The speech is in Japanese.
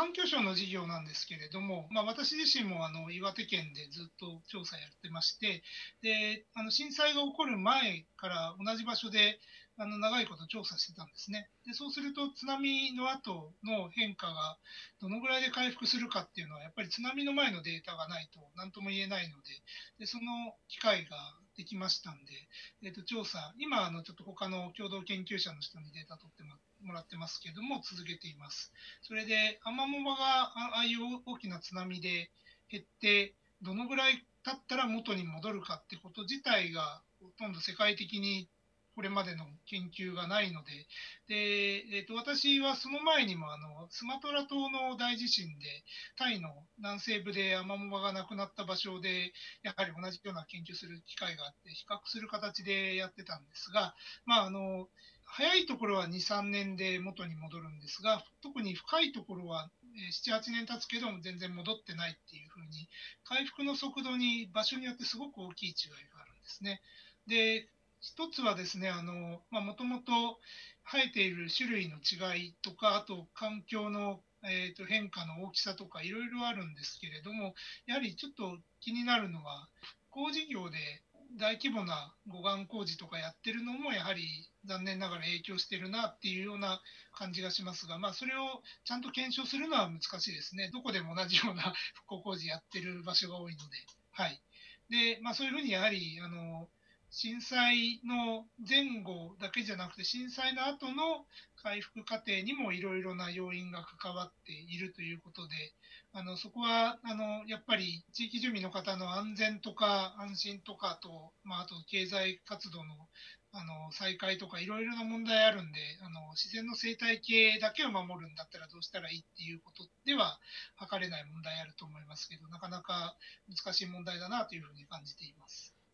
環境省の事業なんですけれども、私自身も岩手県でずっと調査やってまして、で、震災が起こる前から同じ場所で長いこと調査してたんですね。で、そうすると津波の後の変化がどのぐらいで回復するかっていうのは、やっぱり津波の前のデータがないと何とも言えないので、その機会ができましたんで、調査、今ちょっと他の共同研究者の人にデータ取ってもらってますけども、続けています。それで、アマモ場がああいう大きな津波で減って、どのぐらい経ったら元に戻るかってこと自体が、ほとんど世界的にこれまでの研究がないので、私はその前にもスマトラ島の大地震で、タイの南西部でアマモ場がなくなった場所で、やはり同じような研究する機会があって、比較する形でやってたんですが、早いところは2、3年で元に戻るんですが、特に深いところは7、8年経つけども全然戻ってないっていうふうに、回復の速度に場所によってすごく大きい違いがあるんですね。で、一つはですね、もともと生えている種類の違いとか、あと環境の変化の大きさとかいろいろあるんですけれども、やはりちょっと気になるのは、工事業で大規模な護岸工事とかやってるのも、やはり残念ながら影響してるなっていうような感じがしますが、それをちゃんと検証するのは難しいですね。どこでも同じような復興工事やってる場所が多いので。はい。で、そういうふうにやはり、震災の前後だけじゃなくて、震災の後の回復過程にもいろいろな要因が関わっているということで、そこはやっぱり地域住民の方の安全とか安心とかと、あと経済活動の再開とかいろいろな問題あるんで、自然の生態系だけを守るんだったらどうしたらいいっていうことでは測れない問題あると思いますけど、なかなか難しい問題だなというふうに感じています。